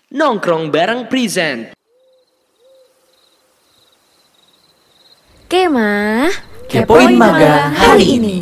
Nongkrong bareng present. Kemah, Kepoin magang hari ini.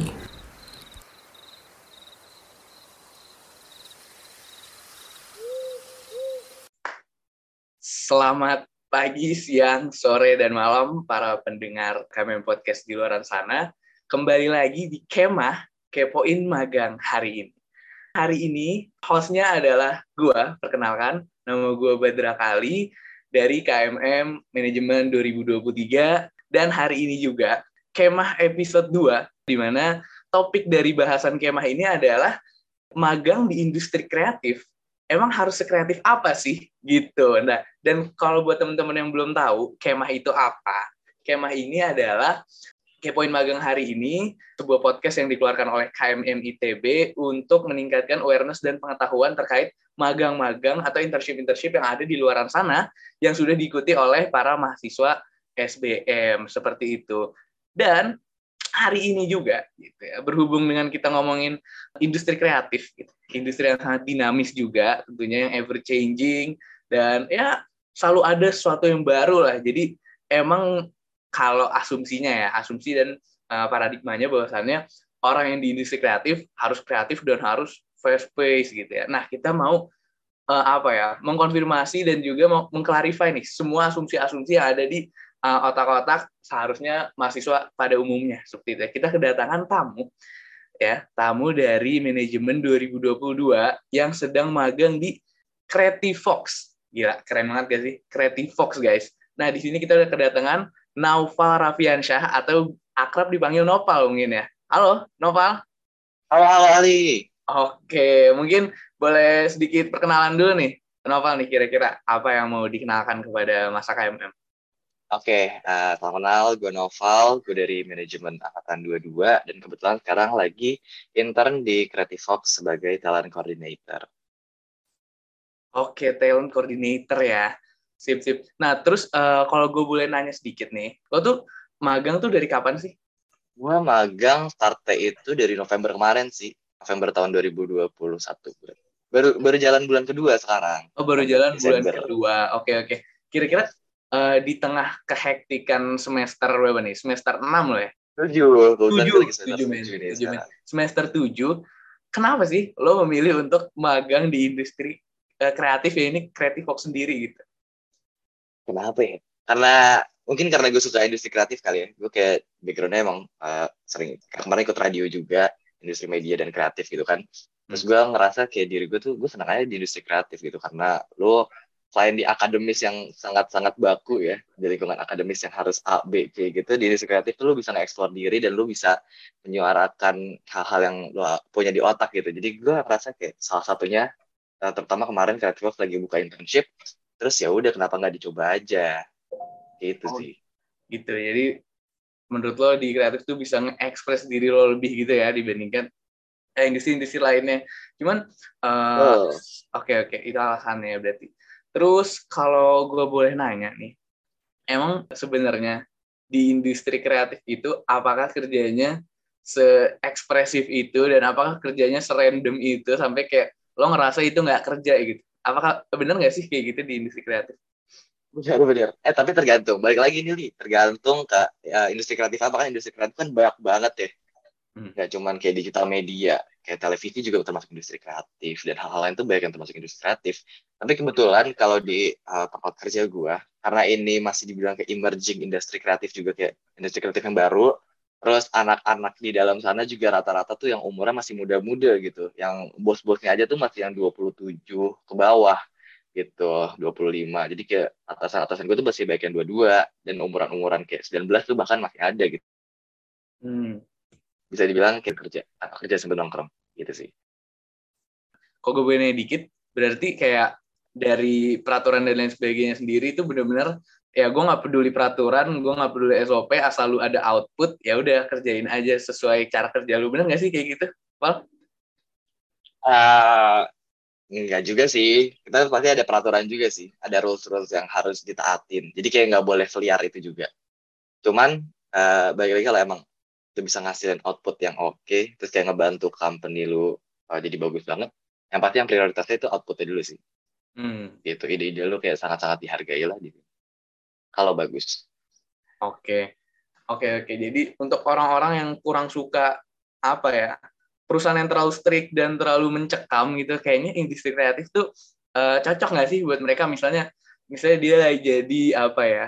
Selamat pagi, siang, sore, dan malam para pendengar KMM Podcast di luar sana. Kembali lagi di Kemah, Kepoin Magang hari ini. Hari ini hostnya adalah gue, perkenalkan, nama gue Badra Kali dari KMM Manajemen 2023. Dan hari ini juga Kemah episode 2, di mana topik dari bahasan Kemah ini adalah magang di industri kreatif. Emang harus sekreatif apa sih? Gitu. Nah, dan kalau buat teman-teman yang belum tahu, Kemah itu apa? Kemah ini adalah Kepoin Magang hari ini, sebuah podcast yang dikeluarkan oleh KMM ITB untuk meningkatkan awareness dan pengetahuan terkait magang-magang atau internship-internship yang ada di luar sana yang sudah diikuti oleh para mahasiswa SBM, seperti itu. Dan hari ini juga, gitu ya, berhubung dengan kita ngomongin industri kreatif, gitu, industri yang sangat dinamis juga, tentunya yang ever changing, dan ya selalu ada sesuatu yang baru lah. Jadi emang kalau asumsi dan paradigmanya bahwasannya orang yang di industri kreatif dan harus fast pace gitu ya. Nah, kita mau mengkonfirmasi dan juga mau mengklarify nih semua asumsi-asumsi yang ada di otak-otak seharusnya mahasiswa pada umumnya seperti itu. Kita kedatangan tamu dari manajemen 2022 yang sedang magang di Creativox. Gila, keren banget gak sih? Creativox, guys. Nah, di sini kita udah kedatangan Naufal Raffiansyah atau akrab dipanggil Nopal mungkin ya. Halo, Nopal. Halo Ali. Oke, mungkin boleh sedikit perkenalan dulu nih. Nopal nih, kira-kira apa yang mau dikenalkan kepada masa KMM? Oke, salam kenal, gue Noval, gue dari manajemen angkatan 22 dan kebetulan sekarang lagi intern di Creativox sebagai talent coordinator. Oke, talent coordinator ya. Sip. Nah, terus kalau gue boleh nanya sedikit nih, lo tuh magang tuh dari kapan sih? Gue magang start itu dari November kemarin sih, November tahun 2021. Baru jalan bulan kedua sekarang. Oh, baru jalan bulan Desember. kedua. Oke. Kira-kira di tengah kehektikan semester berapa nih? Semester 6 loh ya? 7, Semester 7, kenapa sih lo memilih untuk magang di industri kreatif ya, ini Creativox sendiri gitu? Kenapa ya? Karena gue suka industri kreatif kali ya. Gue kayak background-nya emang sering, kemarin ikut radio juga, industri media dan kreatif gitu kan. Terus gue ngerasa kayak diri gue tuh, gue senang aja di industri kreatif gitu. Karena lo selain di akademis yang sangat-sangat baku ya, di lingkungan akademis yang harus A, B, C gitu, di industri kreatif tuh lo bisa nge-explore diri dan lo bisa menyuarakan hal-hal yang lo punya di otak gitu. Jadi gue ngerasa kayak salah satunya, terutama kemarin Creativox lagi buka internship, terus ya udah kenapa nggak dicoba aja gitu sih. Gitu. Jadi menurut lo di kreatif tuh bisa nge-express diri lo lebih gitu ya dibandingkan industri-industri lainnya. Cuman oke, itu alasannya berarti. Terus kalau gue boleh nanya nih, emang sebenarnya di industri kreatif itu apakah kerjanya se-ekspresif itu dan apakah kerjanya serandom itu sampai kayak lo ngerasa itu nggak kerja gitu? Apakah benar nggak sih kayak gitu di industri kreatif? Benar. Tapi tergantung. Balik lagi nih, Li. Tergantung ke industri kreatif apa kan. Industri kreatif kan banyak banget ya. Nggak cuman kayak digital media. Kayak televisi juga termasuk industri kreatif. Dan hal-hal lain tuh banyak yang termasuk industri kreatif. Tapi kebetulan kalau di tempat kerja gue, karena ini masih dibilang kayak emerging industri kreatif juga, kayak industri kreatif yang baru, terus anak-anak di dalam sana juga rata-rata tuh yang umurnya masih muda-muda gitu. Yang bos-bosnya aja tuh masih yang 27 ke bawah gitu, 25. Jadi kayak atasan-atasan gue tuh masih baik yang 22 dan umuran-umuran kayak 19 tuh bahkan masih ada gitu. Bisa dibilang kayak kerja sambil nongkrong gitu sih. Kok gue boleh dikit, berarti kayak dari peraturan dan lain sebagainya sendiri itu benar-benar ya gue nggak peduli peraturan, gue nggak peduli SOP, asal lu ada output ya udah kerjain aja sesuai cara kerja lu. Bener nggak sih kayak gitu, Val? Enggak juga sih. Kita pasti ada peraturan juga sih. Ada rules-rules yang harus ditaatin. Jadi kayak nggak boleh liar itu juga. Cuman, balik lagi kalau emang itu bisa ngasilin output yang oke, terus kayak ngebantu company lu jadi bagus banget, yang pasti yang prioritasnya itu outputnya dulu sih. Gitu, ide-ide lu kayak sangat-sangat dihargai lah gitu. Kalau bagus. Oke. Jadi untuk orang-orang yang kurang suka apa ya, perusahaan yang terlalu strict dan terlalu mencekam gitu, kayaknya industri kreatif tuh cocok nggak sih buat mereka? Misalnya dia lagi jadi apa ya,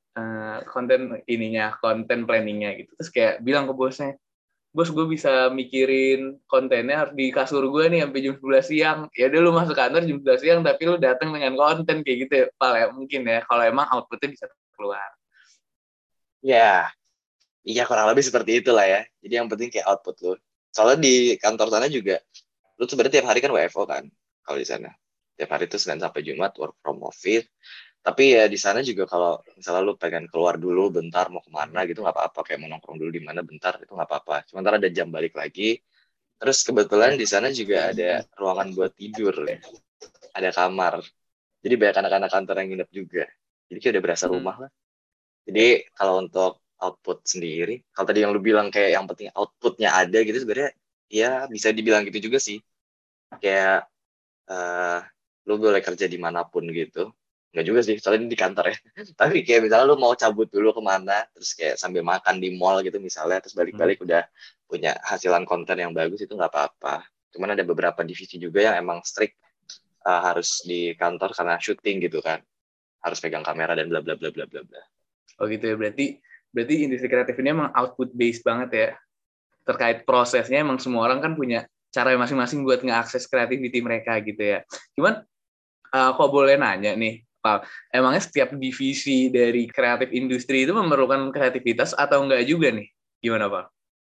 konten planningnya gitu, terus kayak bilang ke bosnya, bos gue bisa mikirin kontennya harus di kasur gue nih sampai jam 11 siang. Ya udah lu masuk kantor jam 11 siang tapi lu datang dengan konten kayak gitu ya, Pal, ya mungkin ya, kalau emang outputnya bisa keluar. Ya, iya kurang lebih seperti itulah ya. Jadi yang penting kayak output lu. Soalnya di kantor sana juga, lu sebenarnya tiap hari kan WFO kan, kalau di sana. Tiap hari itu Senin sampai Jumat work from office. Tapi ya di sana juga kalau misalnya lu pengen keluar dulu bentar mau kemana gitu nggak apa-apa. Kayak mau nongkrong dulu di mana bentar itu nggak apa-apa. Sementara ada jam balik lagi. Terus kebetulan di sana juga ada ruangan buat tidur ya. Ada kamar. Jadi banyak anak-anak kantor yang nginep juga. Jadi kayak udah berasa rumah lah. Jadi kalau untuk output sendiri, kalau tadi yang lu bilang kayak yang penting outputnya ada gitu, sebenarnya ya bisa dibilang gitu juga sih. Kayak lu boleh kerja dimanapun gitu. Nggak juga sih, soalnya ini di kantor ya. Tapi kayak misalnya lu mau cabut dulu kemana, terus kayak sambil makan di mall gitu misalnya, terus balik-balik udah punya hasilan konten yang bagus, itu nggak apa-apa. Cuman ada beberapa divisi juga yang emang strict harus di kantor karena syuting gitu kan. Harus pegang kamera dan bla bla bla bla bla bla. Oh gitu ya, berarti industri kreatif ini emang output based banget ya. Terkait prosesnya emang semua orang kan punya cara masing-masing buat nge-akses creativity mereka gitu ya. Cuman kok boleh nanya nih, Pak, emangnya setiap divisi dari kreatif industri itu memerlukan kreativitas atau enggak juga nih? Gimana, Pak?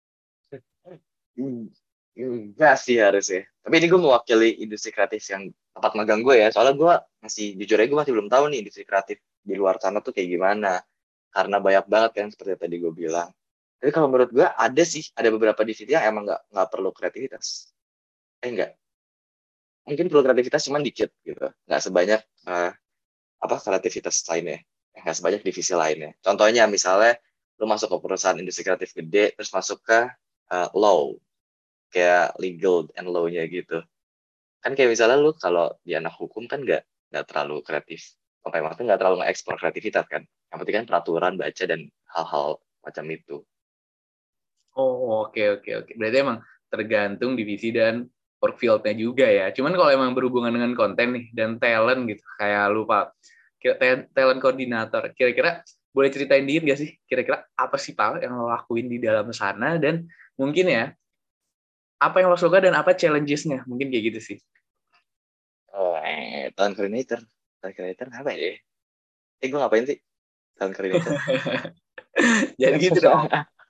Enggak sih harusnya. Tapi ini gue mewakili industri kreatif yang tempat magang gue ya. Soalnya gue jujur aja gue masih belum tahu nih industri kreatif di luar sana tuh kayak gimana. Karena banyak banget kan seperti yang tadi gue bilang. Tapi kalau menurut gue ada beberapa divisi yang emang nggak perlu kreativitas. Enggak. Mungkin perlu kreativitas cuman dikit gitu. Nggak sebanyak kreativitas lainnya. Nggak sebanyak divisi lainnya. Contohnya misalnya lu masuk ke perusahaan industri kreatif gede terus masuk ke law, kayak legal and law-nya gitu. Kan kayak misalnya lu kalau di anak hukum kan nggak terlalu kreatif. Maksudnya nggak terlalu nge-explore kreativitas kan. Yang penting kan peraturan, baca, dan hal-hal macam itu. Oh, oke. Berarti emang tergantung divisi dan work field-nya juga ya. Cuman kalau emang berhubungan dengan konten nih dan talent gitu, kayak lu, Pak, talent koordinator, kira-kira boleh ceritain dikit nggak sih? Kira-kira apa sih, Pak, yang lo lakuin di dalam sana, dan mungkin ya, apa yang lo suka dan apa challenges-nya? Mungkin kayak gitu sih. Oh, talent coordinator. Talent coordinator apa ya? Gue ngapain sih? Talent coordinator. Jadi gitu dong.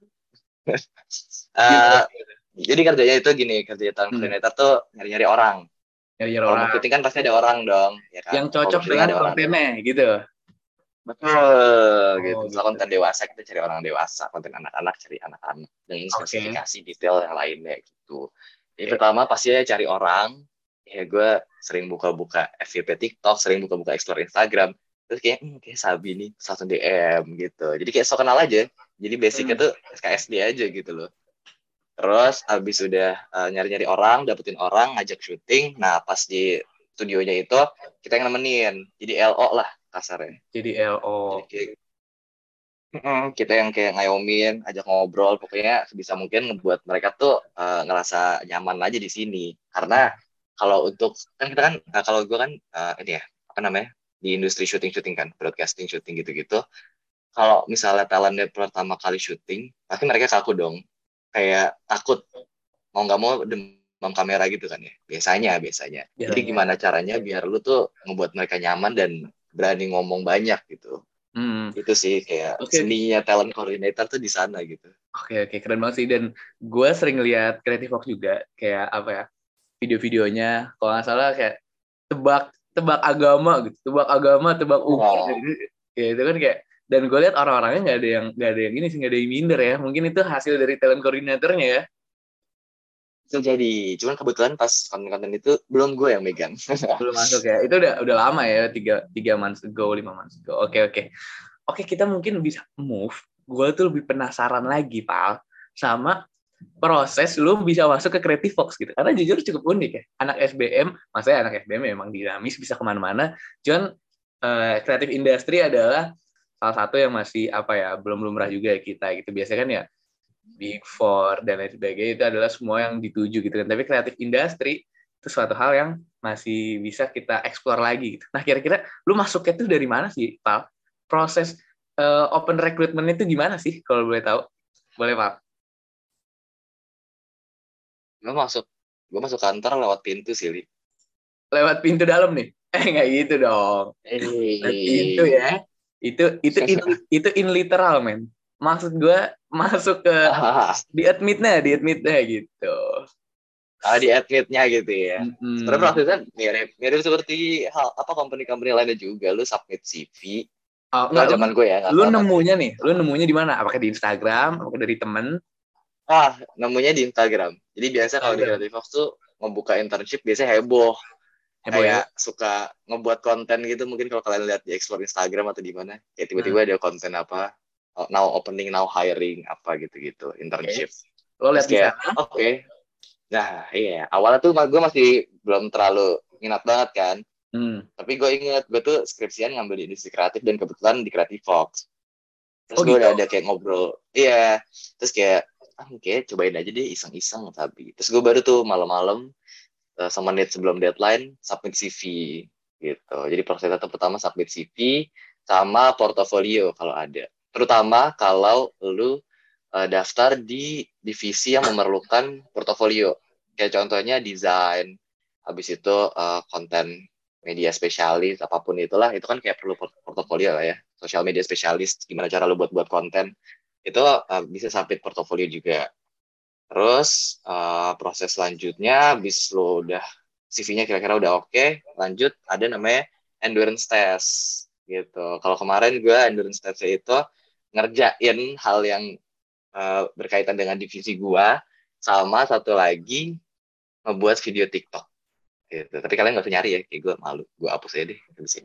Jadi kerjanya itu gini, kerja talent coordinator tuh nyari-nyari orang. Nyari-nyari Kalau orang. mau syuting kan pasti ada orang dong, ya kan? Yang Kalau cocok syuting dengan ada orang dong. kontennya, gitu. Betul, gitu. Oh, Misalnya gitu. konten dewasa, kita cari orang dewasa. Konten anak-anak, cari anak-anak. Dengan Oke. spesifikasi detail yang lainnya, gitu. Jadi Oke. pertama pasti cari orang. Ya gue sering buka-buka FYP TikTok, sering buka-buka explore Instagram. Terus kayak Sabi nih, terus langsung DM gitu. Jadi kayak so kenal aja. Jadi basicnya tuh SKSD aja gitu loh. Terus abis sudah nyari-nyari orang, dapetin orang, ngajak syuting. Nah pas di studionya itu kita yang nemenin. Jadi LO lah kasarnya. Jadi LO. Jadi kayak kita yang kayak ngayomin, ajak ngobrol, pokoknya sebisa mungkin ngebuat mereka tuh ngerasa nyaman aja di sini. Karena kalau untuk kan kita kan kalau gue kan ini ya apa namanya di industri syuting kan, broadcasting syuting gitu-gitu. Kalau misalnya talentnya pertama kali syuting, pasti mereka kaku dong, kayak takut mau nggak mau demam kamera gitu kan ya. Biasanya. Jadi Biasanya. gimana caranya biar lu tuh ngebuat mereka nyaman dan berani ngomong banyak gitu. Itu sih kayak Oke. seninya talent coordinator tuh di sana gitu. Oke, keren banget sih. Dan gue sering lihat Creative Fox juga, kayak apa ya, video-videonya, kalau nggak salah kayak tebak agama gitu, tebak umur, Nah, gitu. Ya itu kan kayak, dan gue lihat orang-orangnya nggak ada yang ini sih, nggak ada yang minder ya. Mungkin itu hasil dari talent koordinatornya ya. itu jadi. Cuman kebetulan pas konten-konten itu belum gue yang megang. Belum masuk ya. Itu udah lama ya, tiga months ago, 5 months ago. Oke, kita mungkin bisa move. Gue tuh lebih penasaran lagi, Pal, sama proses lu bisa masuk ke Creative Fox gitu. Karena jujur cukup unik ya. Anak SBM, maksudnya anak SBM memang dinamis, bisa kemana-mana. Cuman kreatif industri adalah salah satu yang masih belum lumrah juga kita gitu. Biasanya kan ya Big Four dan lain sebagainya itu adalah semua yang dituju gitu kan. Tapi kreatif industri itu suatu hal yang masih bisa kita explore lagi gitu. Nah, kira-kira lu masuknya tuh dari mana sih, Pak? Proses open recruitment itu gimana sih kalau boleh tahu? Boleh, Pak? Gue masuk kantor lewat pintu sih, Li. Lewat pintu dalam nih? Nggak gitu dong. Lewat pintu ya. Itu in literal, men. Maksud gue masuk ke di admitnya gitu. Di admitnya gitu ya. Mm-hmm. Sebenarnya prosesnya mirip seperti company-company lainnya juga. Lu submit CV. Enggak, zaman gue ya. Lu nemunya di mana? Apakah di Instagram? Apakah dari temen? Nemunya di Instagram. Jadi biasa kalau di Creative Fox tuh membuka internship biasanya heboh. Kayak suka ngebuat konten gitu. Mungkin kalau kalian lihat di explore Instagram atau di mana, kayak tiba-tiba ada konten apa, now opening, now hiring, apa gitu-gitu, internship. Lo lihat di sana? Oke. Nah, iya. Awalnya tuh gue masih belum terlalu minat banget kan. Tapi gue inget, gue tuh skripsian ngambil di industri kreatif dan kebetulan di Creative Fox. Terus gue udah ada kayak ngobrol. Iya. Terus kayak, cobain aja deh iseng-iseng tapi. Terus gue baru tuh malam-malam sama menit sebelum deadline submit CV gitu. Jadi prosesnya tuh pertama submit CV sama portofolio kalau ada. Terutama kalau lu daftar di divisi yang memerlukan portofolio. Kayak contohnya desain, habis itu konten media spesialis, apapun itulah, itu kan kayak perlu portofolio lah ya. Social media spesialis, gimana cara lu buat konten. Itu bisa submit portofolio juga. Terus proses selanjutnya, habis lu udah CV-nya kira-kira udah oke, lanjut ada namanya endurance test gitu. Kalau kemarin gue endurance test itu ngerjain hal yang berkaitan dengan divisi gua, sama satu lagi ngebuat video TikTok gitu. Tapi kalian nggak usah nyari ya, kayak gue malu, gue hapus aja deh di sini.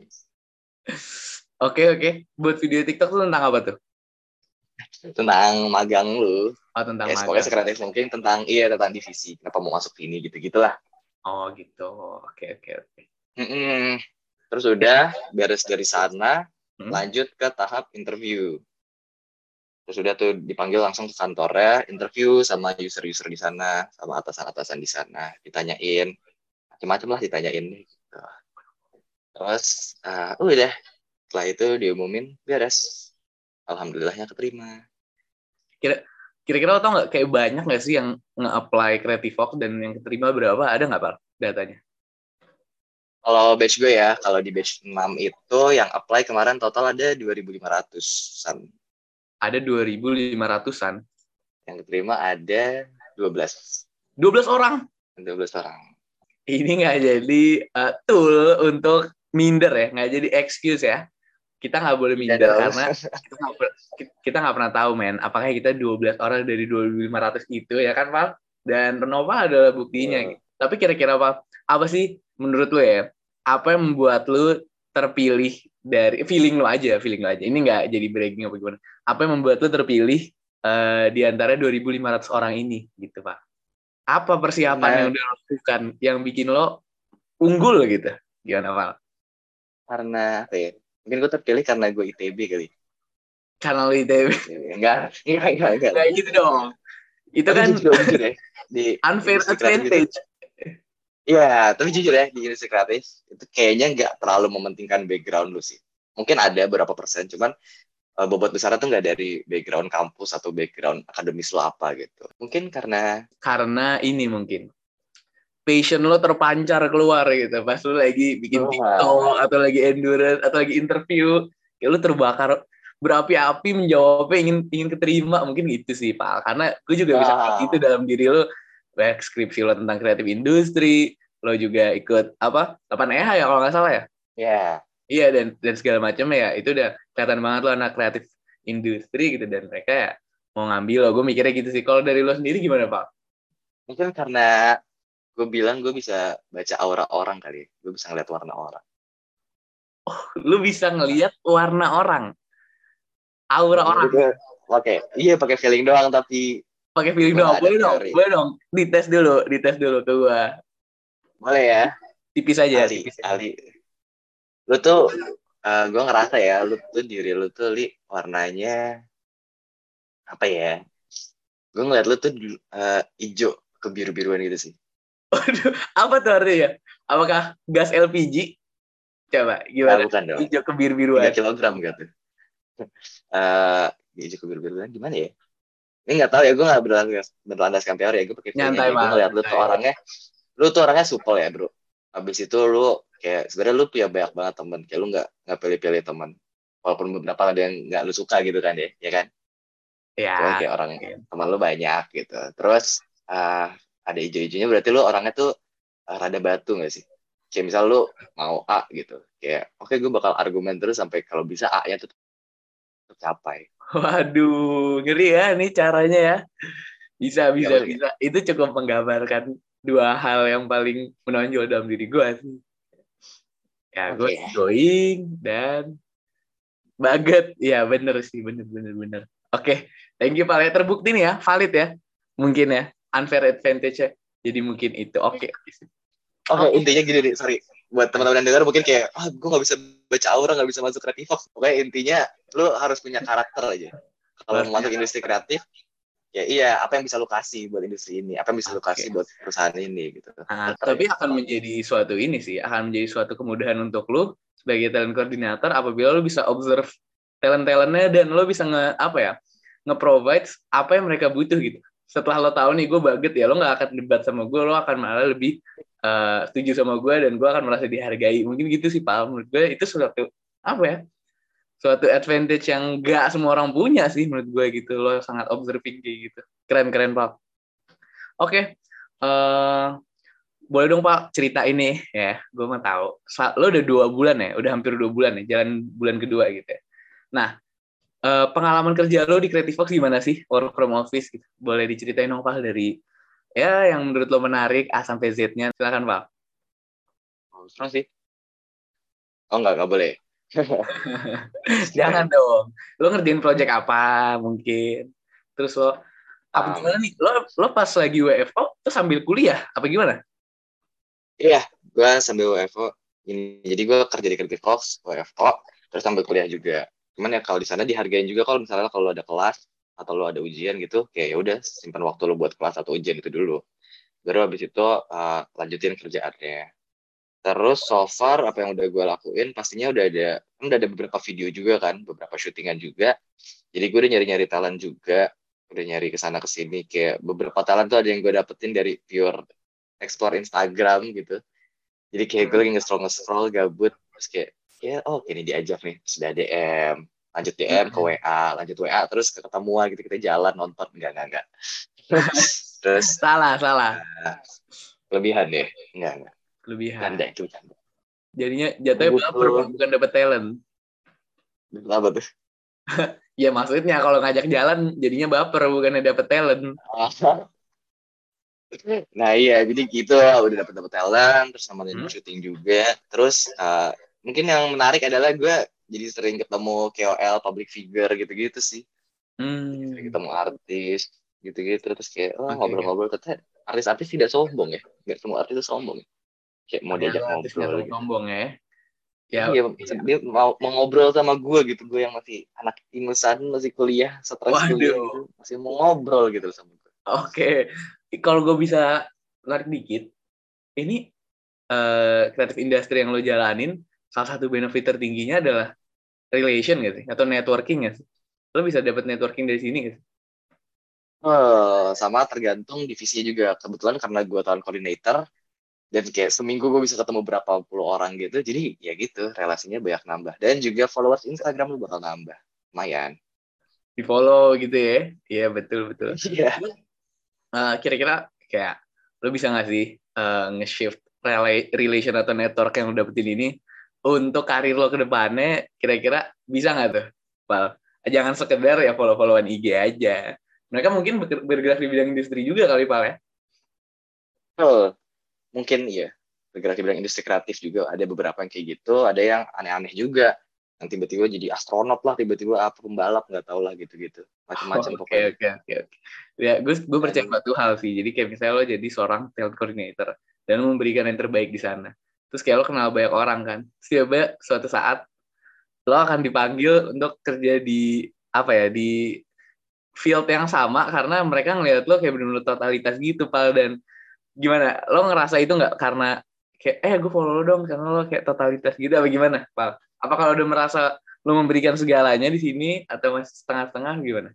Oke. Buat video TikTok tuh tentang apa tuh? Tentang magang lu. Tentang magang. Pokoknya sekreatif mungkin tentang divisi, kenapa mau masuk ini gitu-gitulah. Oh gitu. Oke. Terus udah beres dari sana, lanjut ke tahap interview. Terus udah tuh dipanggil langsung ke kantornya, interview sama user-user di sana, sama atasan-atasan di sana, ditanyain macam-macam lah ditanyain gitu. Terus udah setelah itu diumumin beres, alhamdulillahnya keterima. Kira-kira lo tau nggak kayak banyak nggak sih yang nge-apply Creative Fox dan yang keterima berapa? Ada nggak Pak datanya? Kalau batch gue ya, kalau di batch 6 itu yang apply kemarin total ada 2.500-an. Ada 2.500-an. Yang keterima ada 12. 12 orang? 12 orang. Ini nggak jadi tool untuk minder ya, nggak jadi excuse ya. Kita nggak boleh minder karena kita nggak pernah tahu, men. Apakah kita 12 orang dari 2.500 itu ya kan, Pak? Dan Renova adalah buktinya. Gitu. Tapi kira-kira Pak, apa sih menurut lu ya? Apa yang membuat lu terpilih dari feeling lu aja. Ini nggak jadi bragging apa gimana. Apa yang membuat lu terpilih di antara 2.500 orang ini gitu, Pak? Apa persiapan yang udah lo lakukan yang bikin lo unggul gitu? Gimana, Pak? Karena mungkin gue terpilih karena gue ITB kali. Karena lo ITB? Enggak. Kayak gitu dong. Itu tapi kan jujur ya, di unfair advantage. Iya, tapi jujur ya, di industri kreatif itu kayaknya nggak terlalu mementingkan background lu sih. Mungkin ada beberapa persen, cuman bobot besarnya tuh nggak dari background kampus atau background akademis lo apa gitu. Mungkin karena ini mungkin passion lo terpancar keluar gitu pas lo lagi bikin TikTok atau lagi endurance atau lagi interview, kayak lo terbakar berapi-api menjawabnya ingin keterima, mungkin gitu sih Pak. Karena gue juga bisa itu dalam diri lo, skripsi lo tentang kreatif industri, lo juga ikut 8EH ya kalau nggak salah ya. Iya dan segala macam ya, itu udah kelihatan banget lo anak kreatif industri gitu, dan mereka ya mau ngambil lo. Gue mikirnya gitu sih. Kalau dari lo sendiri gimana Pak? Mungkin karena gue bilang gue bisa baca aura orang kali. Gue bisa ngeliat warna orang. Oh, lu bisa ngeliat warna orang? Aura orang? Oke, iya pakai feeling doang, tapi Pakai feeling Gua dong, nggak ada teori. boleh dong. Dites dulu ke gua. Boleh ya, Tipis aja, Ali, tipis aja. Ali. Lu tuh, gue ngerasa ya, diri lu tuh, warnanya apa ya? Gue ngeliat lu tuh hijau kebiru-biruan gitu sih. Waduh, apa tuh artinya? Apakah gas LPG? Coba, gimana? Bukan dong. Hijau 3 kebiru-biruan. kilogram gitu. Hijau kebiru-biruan gimana ya? Ini nggak tahu ya, gue nggak berlandaskan teori ya, gue pakai feeling Nyantai, aja. Gue Pak. ngeliat lu tuh orangnya supel ya bro. Habis itu lu kayak sebenarnya lu punya banyak banget temen, kayak lu nggak pilih-pilih temen. Walaupun beberapa ada yang nggak lu suka gitu kan ya kan? Cuman Ya, kayak orang mungkin. teman lu banyak gitu. Terus ada ijo-ijonya berarti lu orangnya tuh rada batu nggak sih? Kayak misal lu mau A gitu, kayak oke gue bakal argumen terus sampai kalau bisa A-nya tuh tercapai. Waduh, ngeri ya nih caranya ya. Bisa, Gak bisa, masuk ya? bisa. Itu cukup menggambarkan dua hal yang paling menonjol dalam diri gue sih. Ya, gue Oke. going dan Baget. Ya, bener sih. Bener. Oke, thank you, Pak. Ya, terbukti nih ya, valid ya. Mungkin ya, unfair advantage-nya. Jadi mungkin itu. Oke. Oke, intinya gini nih, sorry. Buat teman-teman yang dengar mungkin kayak, gue gak bisa baca aura, gak bisa masuk kreatif. Pokoknya intinya, lu harus punya karakter aja. Kalau mau masuk industri kreatif, ya iya, apa yang bisa lu kasih buat industri ini? Apa yang bisa lu kasih buat perusahaan ini? Gitu. Nah, Karakter tapi ya. akan menjadi suatu ini sih, akan menjadi suatu kemudahan untuk lu sebagai talent coordinator apabila lu bisa observe talent-talentnya dan lu bisa nge-provide apa yang mereka butuh gitu. Setelah lo tahu nih gue baget ya, lo nggak akan debat sama gue, lo akan malah lebih setuju sama gue dan gue akan merasa dihargai. Mungkin gitu sih Pak, menurut gue itu suatu advantage yang gak semua orang punya sih menurut gue gitu. Lo sangat observing kayak gitu. Keren Pak. Oke. Boleh dong Pak cerita ini ya, gue mau tahu. Lo udah 2 bulan ya, udah hampir 2 bulan ya, jalan bulan kedua gitu ya. Nah, pengalaman kerja lo di Creative Fox gimana sih, work from office gitu? Boleh diceritain dong Pak dari ya yang menurut lo menarik A sampai Z-nya, silakan Pak. Terus sih. Oh nggak boleh. Jangan dong. Lo ngerjain project apa mungkin? Terus lo apa gimana nih? Lo pas lagi WFO tuh sambil kuliah apa gimana? Iya, gue sambil WFO. Jadi gue kerja di Creative Fox, WFO, terus sambil kuliah juga. Cuman ya kalau di sana dihargain juga kalau misalnya kalau ada kelas atau lo ada ujian gitu, kayak ya udah simpan waktu lo buat kelas atau ujian itu dulu. Baru habis itu lanjutin kerjaannya. Terus so far apa yang udah gue lakuin pastinya udah ada beberapa video juga kan, beberapa syutingan juga. Jadi gue udah nyari-nyari talent juga, udah nyari kesana kesini kayak beberapa talent tuh ada yang gue dapetin dari pure explore Instagram gitu. Jadi kayak gue lagi nge-scroll gabut terus kayak oh ini diajak nih, sudah DM, lanjut DM ke WA, lanjut WA terus ketemuan gitu kita jalan nonton enggak. Terus Salah. kelebihan deh, enggak. Kelebihan. Canda itu canda. Jadinya jatuhnya baper Pak, bukan dapat talent. Apa tuh? Ya maksudnya kalau ngajak jalan jadinya baper bukannya dapet talent. Nah iya jadi gitu udah dapet talent terus sama syuting juga terus mungkin yang menarik adalah gue jadi sering ketemu KOL public figure gitu-gitu sih sering ketemu artis gitu-gitu terus kayak ngobrol-ngobrol ternyata artis-artis tidak sombong ya nggak semua artis itu sombong ya kayak mau diajak ngobrol gitu. Sombong ya. Iya, dia mau ngobrol sama gue gitu, gue yang masih anak ingusan, masih kuliah, stres kuliah gitu, masih mau ngobrol gitu sama gue. Oke, kalau gue bisa narik dikit, ini kreatif industri yang lo jalanin, salah satu benefit tertingginya adalah relation gitu, atau networking ya. Lo bisa dapat networking dari sini gitu. Sama tergantung divisinya juga. Kebetulan karena gue talent coordinator, dan kayak seminggu gue bisa ketemu berapa puluh orang gitu, jadi ya gitu, relasinya banyak nambah. Dan juga followers Instagram lu bakal nambah, lumayan. Di follow gitu ya. Iya betul. Iya. Kira-kira kayak lo bisa nggak sih nge-shift relation atau network yang lo dapetin ini untuk karir lo ke depannya, kira-kira bisa nggak tuh, Pal? Jangan sekedar ya follow-followan IG aja. Mereka mungkin bergerak di bidang industri juga kali, Pal ya? Mungkin iya. Bergerak di bidang industri kreatif juga. Ada beberapa yang kayak gitu, ada yang aneh-aneh juga. Yang tiba-tiba jadi astronot lah, tiba-tiba apa pembalap, nggak tahu lah gitu-gitu. macam-macam Oke, pokoknya. oke, oke, oke. Ya, gue percaya Dan satu hal sih. Jadi kayak misalnya lo jadi seorang talent coordinator dan lo memberikan yang terbaik di sana. Terus kayak lo kenal banyak orang kan. Terus tiba suatu saat lo akan dipanggil untuk kerja di apa ya, di field yang sama karena mereka ngelihat lo kayak benar-benar totalitas gitu, Pal. Dan gimana? Lo ngerasa itu nggak karena kayak gue follow lo dong karena lo kayak totalitas gitu apa gimana, Pal? Apa kalau udah merasa lo memberikan segalanya di sini atau masih setengah-setengah gimana?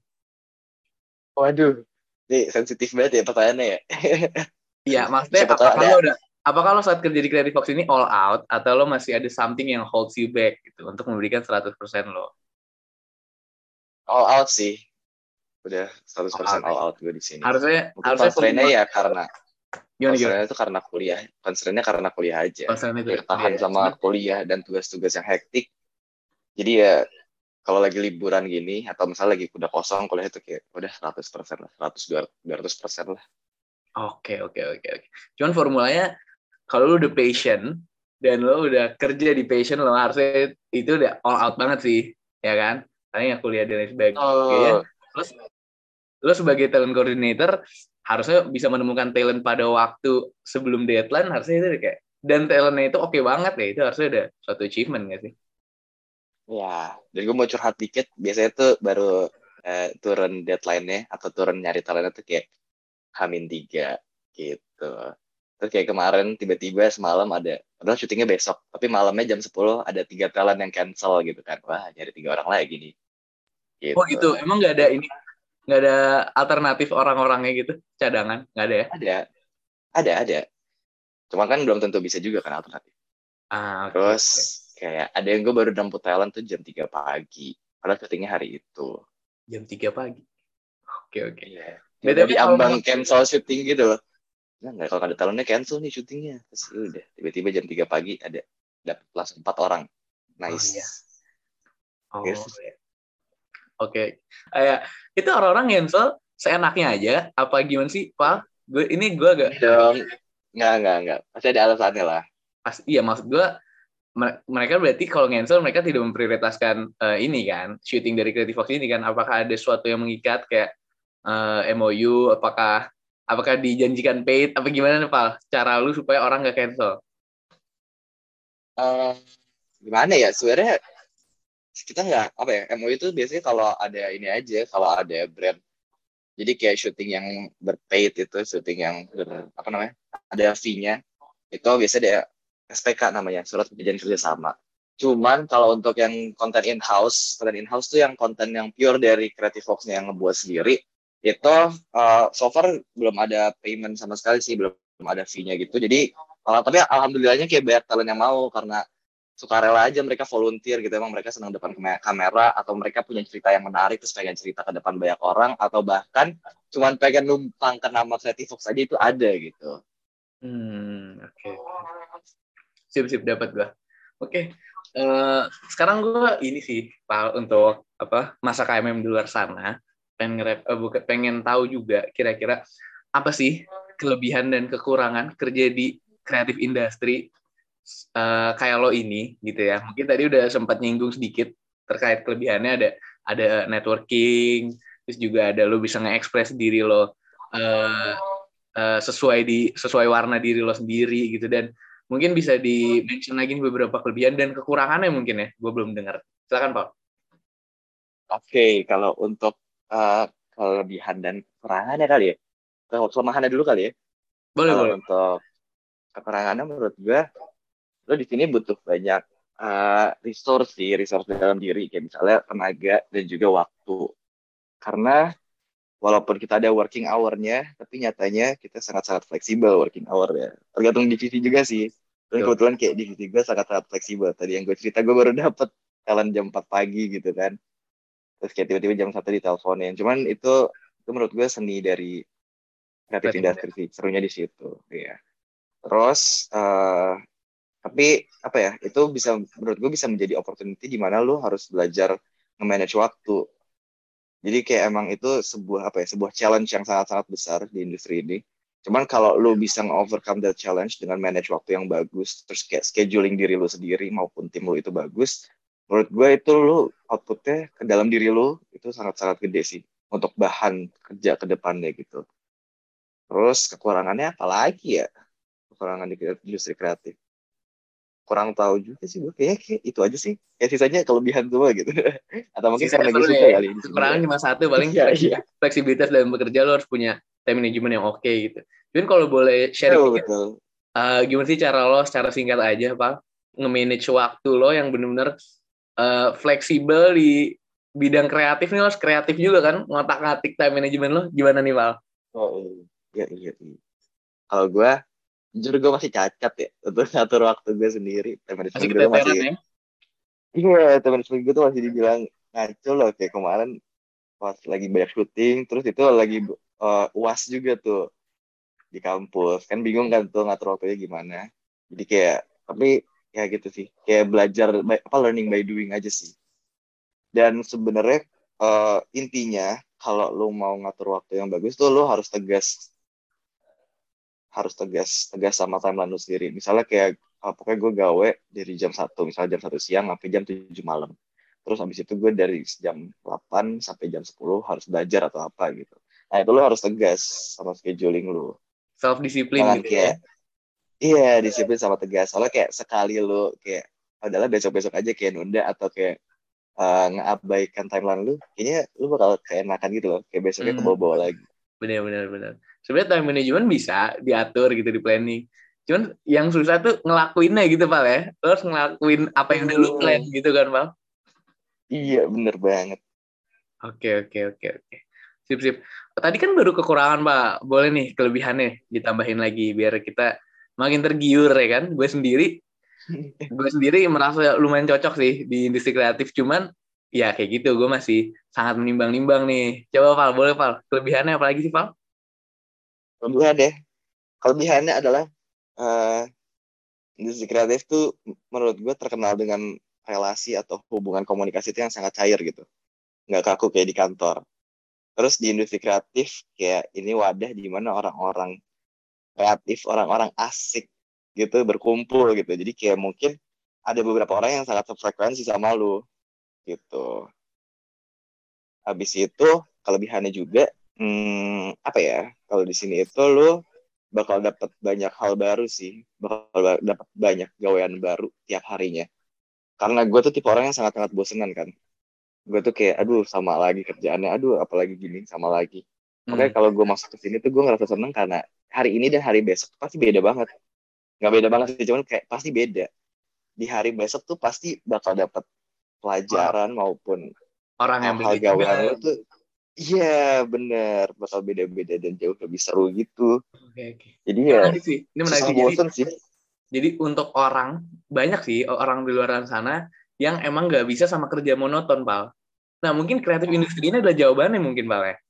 waduh, ini sensitif banget ya pertanyaannya ya. Iya, maksudnya Siapa tahu ada. apakah lo saat kerja di Creative Fox ini all out atau lo masih ada something yang holds you back gitu untuk memberikan 100% lo? All out sih. Udah All 100% out. all out gue di sini. Harusnya Constraint-nya ya karena gimana? constraint-nya itu karena kuliah. Constraint-nya karena kuliah aja. Concern itu. Kayak tahan sama kuliah dan tugas-tugas yang hektik. Jadi ya kalau lagi liburan gini atau misalnya lagi udah kosong kuliah itu kayak udah 100% lah, 200% lah. Oke. Cuman formulanya kalau lo udah passion dan lo udah kerja di passion lo harusnya itu udah all out banget sih, ya kan? Karena kuliah dan lain sebagainya. Terus lo sebagai talent coordinator harusnya bisa menemukan talent pada waktu sebelum deadline, harusnya itu kayak, dan talentnya itu oke banget ya, itu harusnya udah suatu achievement nggak sih? Ya, dan gue mau curhat dikit, biasanya tuh baru turun deadline-nya atau turun nyari talentnya tuh kayak H-3 gitu. Terus kayak kemarin tiba-tiba semalam padahal syutingnya besok, tapi malamnya jam 10 ada 3 talent yang cancel gitu kan. Wah, nyari 3 orang lagi nih. Oh Gitu. gitu, emang nggak ada alternatif orang-orangnya gitu, cadangan, nggak ada ya? Ada. Cuman kan belum tentu bisa juga kan alternatif. Oke. Terus kayak ada yang gue baru damput talent tuh jam 3 pagi. Padahal syutingnya hari itu. Jam 3 pagi. Oke. Iya. BTW Udah di kalau ambang cancel syuting gitu loh. Nah, nggak kalau ada talentnya cancel nih syutingnya. Terus ya udah tiba-tiba jam 3 pagi ada dapat plus 4 orang. Nice. iya. Yes. Iya. Oke. Itu orang-orang cancel seenaknya aja apa gimana sih, Pak? Gue agak Dong. Nggak. Pasti ada alasannya lah. iya, maksud gue mereka berarti kalau cancel mereka tidak memprioritaskan ini kan, syuting dari Creative Fox ini kan, apakah ada sesuatu yang mengikat kayak MOU, apakah dijanjikan paid apa gimana nih, Pak? Cara lu supaya orang nggak cancel? Gimana ya? Sebenarnya kita nggak apa ya, MOU itu biasanya kalau ada ini aja, kalau ada brand. Jadi kayak syuting yang berpaid itu, syuting yang apa namanya, ada fee-nya, itu biasanya ada SPK namanya, surat perjanjian kerjasama. Cuman kalau untuk yang konten in-house tuh yang konten yang pure dari Creative Fox-nya yang ngebuat sendiri, itu so far belum ada payment sama sekali sih, belum ada fee-nya gitu. Jadi tapi alhamdulillahnya kayak banyak talent yang mau karena sukarela aja mereka volunteer gitu, emang mereka senang depan kamera atau mereka punya cerita yang menarik terus pengen cerita ke depan banyak orang atau bahkan cuman pengen numpang ke nama Creative Fox aja itu ada gitu. Oke. Sip dapat gue. Oke. Sekarang gue ini sih, Pak, untuk masa KMM di luar sana pengen tahu juga kira-kira apa sih kelebihan dan kekurangan kerja di kreatif industri kayak lo ini gitu ya. Mungkin tadi udah sempat nyinggung sedikit terkait kelebihannya, ada networking, terus juga ada lo bisa nge-express diri lo sesuai warna diri lo sendiri gitu, dan mungkin bisa di-mention lagi beberapa kelebihan dan kekurangannya mungkin ya, gue belum dengar. Silakan, Pak. Oke, kalau untuk kelebihan dan kekurangannya kali ya. Kelemahannya dulu kali ya. Kalau Boleh. untuk kekurangannya menurut gue, lo di sini butuh banyak resource dalam diri, kayak misalnya tenaga dan juga waktu. Karena walaupun kita ada working hour-nya, tapi nyatanya kita sangat-sangat fleksibel working hour-nya. Tergantung divisi juga sih. Dan kebetulan kayak divisi gue sangat-sangat fleksibel. Tadi yang gue cerita, gue baru dapet talent jam 4 pagi gitu kan. Terus kayak tiba-tiba jam 1 diteleponin. Cuman itu menurut gue seni dari kreatif industri sih. Serunya di situ. Iya. Terus, tapi apa ya, itu menurut gue bisa menjadi opportunity di mana lu harus belajar nge-manage waktu. Jadi kayak emang itu sebuah challenge yang sangat-sangat besar di industri ini. Cuman kalau lu bisa nge-overcome that challenge dengan manage waktu yang bagus, terus kayak scheduling diri lu sendiri maupun tim lu itu bagus, menurut gue itu lu outputnya ke dalam diri lu itu sangat-sangat gede sih. untuk bahan kerja ke depannya gitu. Terus kekurangannya apa lagi ya? Kekurangan di industri kreatif. Kurang tahu juga sih gue, kayak itu aja sih. Ya sisanya kelebihan semua gitu. Atau mungkin Sisanya karena gue seru suka nih. kali di sini Kekurangan ya. cuma satu, paling Iya, iya. fleksibilitas dalam bekerja lo harus punya time management yang oke gitu. Cuman kalau boleh sharing Betul, dikit, betul. gimana sih cara lo secara singkat aja, Pak, nge-manage waktu lo yang benar-benar fleksibel di bidang kreatif nih, lo harus kreatif juga kan, ngotak-ngatik time management lo, gimana nih, Pak? Oh, iya, iya, iya. Kalau gue, jujur gue masih cacat ya. Untuk ngatur waktu gue sendiri. Time Masih management gue tuh masih, keteteran ya? iya, time management gue tuh masih dibilang ngaco loh. Kayak kemarin pas lagi banyak syuting, terus itu lagi UAS juga tuh di kampus. Kan bingung kan tuh ngatur waktunya gimana. Jadi kayak, tapi ya gitu sih. Kayak belajar, learning by doing aja sih. Dan sebenarnya intinya, kalau lo mau ngatur waktu yang bagus tuh lo harus tegas sama timeline lu sendiri. Misalnya kayak pokoknya gue gawe dari jam 1, misalnya jam 1 siang sampai jam 7 malam. Terus habis itu gue dari jam 8 sampai jam 10 harus belajar atau apa gitu. Nah itu lo harus tegas sama scheduling lu. Self-disiplin Jangan gitu ya? kayak, iya, disiplin sama tegas. Soalnya kayak sekali lu kayak, adalah besok-besok aja kayak nunda atau kayak ngeabaikan timeline lu, kayaknya lu bakal keenakan gitu loh. Kayak besoknya ke Hmm. bawah-bawah lagi. Benar. Sebenarnya time management bisa diatur gitu di planning. Cuman yang susah tuh ngelakuinnya gitu, Pak ya. Lo harus ngelakuin apa yang udah lu plan Hmm, gitu kan, Pak. iya, bener banget. Oke. Sip. Tadi kan baru kekurangan, Pak. Boleh nih kelebihannya ditambahin lagi biar kita makin tergiur ya kan. Gue sendiri merasa lumayan cocok sih di industri kreatif. Cuman ya kayak gitu, gue masih sangat menimbang-nimbang nih. Coba, Pak, boleh, Pak. Kelebihannya apa lagi sih, Pak? Kelebihan deh. Kelebihannya adalah eh, industri kreatif tuh menurut gue terkenal dengan relasi atau hubungan komunikasi itu yang sangat cair gitu. Nggak kaku kayak di kantor. Terus di industri kreatif kayak ini wadah di mana orang-orang kreatif, orang-orang asik gitu berkumpul gitu. Jadi kayak mungkin ada beberapa orang yang sangat sefrekuensi sama lu gitu. Habis itu kelebihannya juga apa ya? Kalau di sini itu lu bakal dapat banyak hal baru sih, bakal dapat banyak gawean baru tiap harinya. Karena gue tuh tipe orang yang sangat-sangat bosenan kan. Gue tuh kayak, aduh sama lagi kerjaannya, aduh apalagi gini, sama lagi. Makanya Hmm. kalau gue masuk ke sini tuh gue ngerasa seneng karena hari ini dan hari besok pasti beda banget. Nggak beda banget sih, cuman kayak pasti beda. Di hari besok tuh pasti bakal dapat Orang pelajaran maupun orang yang hal-hal beda juga. gawean lo tuh, iya bener, bakal beda-beda dan jauh lebih seru gitu. Oke. Jadi Ini ya menarik sih. Ini menarik susah sih. Jadi bosen sih. untuk orang, banyak sih orang di luar sana yang emang nggak bisa sama kerja monoton, Pal. Nah, mungkin kreatif industri ini adalah jawabannya mungkin, Pal ya.